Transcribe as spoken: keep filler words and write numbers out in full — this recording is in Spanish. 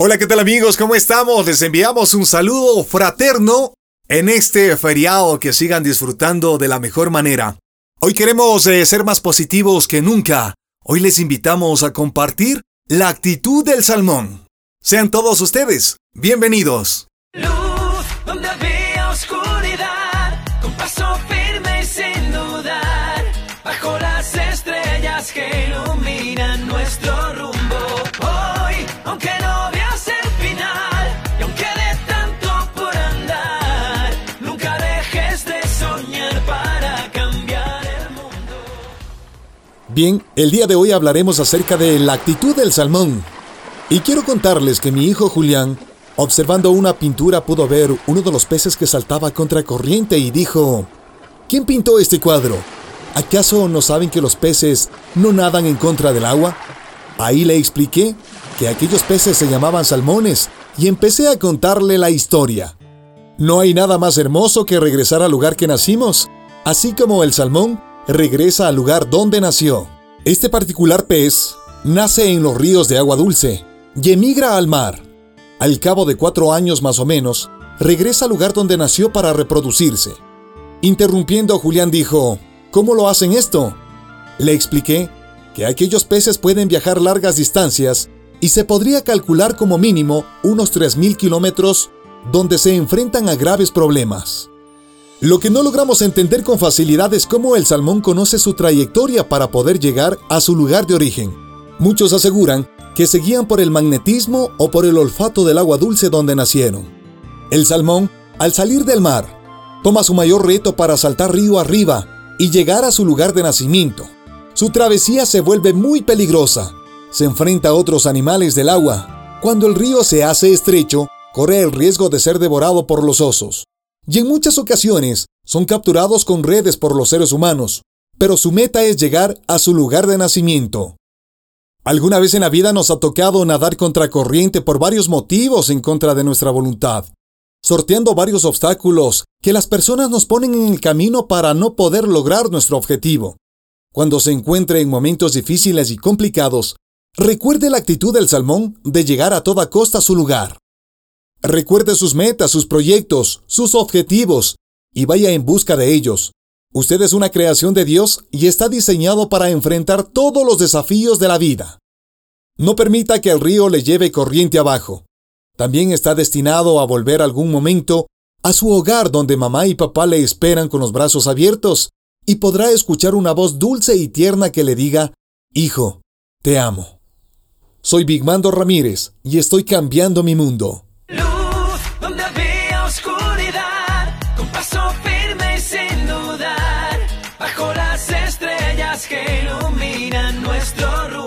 Hola, ¿qué tal amigos? ¿Cómo estamos? Les enviamos un saludo fraterno en este feriado, que sigan disfrutando de la mejor manera. Hoy queremos eh, ser más positivos que nunca. Hoy les invitamos a compartir la actitud del salmón. Sean todos ustedes bienvenidos. Luz donde había oscuridad, con paso firme y sin dudar, bajo las estrellas que iluminan nuestro rumbo. Hoy, aunque no veas el final, y aunque de tanto por andar, nunca dejes de soñar para cambiar el mundo. Bien, el día de hoy hablaremos acerca de la actitud del salmón. Y quiero contarles que mi hijo Julián, observando una pintura, pudo ver uno de los peces que saltaba contra corriente y dijo: ¿quién pintó este cuadro? ¿Acaso no saben que los peces no nadan en contra del agua? Ahí le expliqué que aquellos peces se llamaban salmones y empecé a contarle la historia. No hay nada más hermoso que regresar al lugar que nacimos, así como el salmón regresa al lugar donde nació. Este particular pez nace en los ríos de agua dulce y emigra al mar. Al cabo de cuatro años más o menos, regresa al lugar donde nació para reproducirse. Interrumpiendo, Julián dijo: ¿cómo lo hacen esto? Le expliqué que aquellos peces pueden viajar largas distancias y se podría calcular como mínimo unos tres mil kilómetros, donde se enfrentan a graves problemas. Lo que no logramos entender con facilidad es cómo el salmón conoce su trayectoria para poder llegar a su lugar de origen. Muchos aseguran que se guían por el magnetismo o por el olfato del agua dulce donde nacieron. El salmón, al salir del mar, toma su mayor reto para saltar río arriba y llegar a su lugar de nacimiento. Su travesía se vuelve muy peligrosa. Se enfrenta a otros animales del agua. Cuando el río se hace estrecho, corre el riesgo de ser devorado por los osos. Y en muchas ocasiones son capturados con redes por los seres humanos, pero su meta es llegar a su lugar de nacimiento. Alguna vez en la vida nos ha tocado nadar contra corriente por varios motivos en contra de nuestra voluntad, sorteando varios obstáculos que las personas nos ponen en el camino para no poder lograr nuestro objetivo. Cuando se encuentre en momentos difíciles y complicados, recuerde la actitud del salmón de llegar a toda costa a su lugar. Recuerde sus metas, sus proyectos, sus objetivos y vaya en busca de ellos. Usted es una creación de Dios y está diseñado para enfrentar todos los desafíos de la vida. No permita que el río le lleve corriente abajo. También está destinado a volver algún momento a su hogar, donde mamá y papá le esperan con los brazos abiertos, y podrá escuchar una voz dulce y tierna que le diga: hijo, te amo. Soy Vigmando Ramírez y estoy cambiando mi mundo. Luz donde había oscuridad, con paso firme y sin dudar, bajo las estrellas que iluminan nuestro rumbo.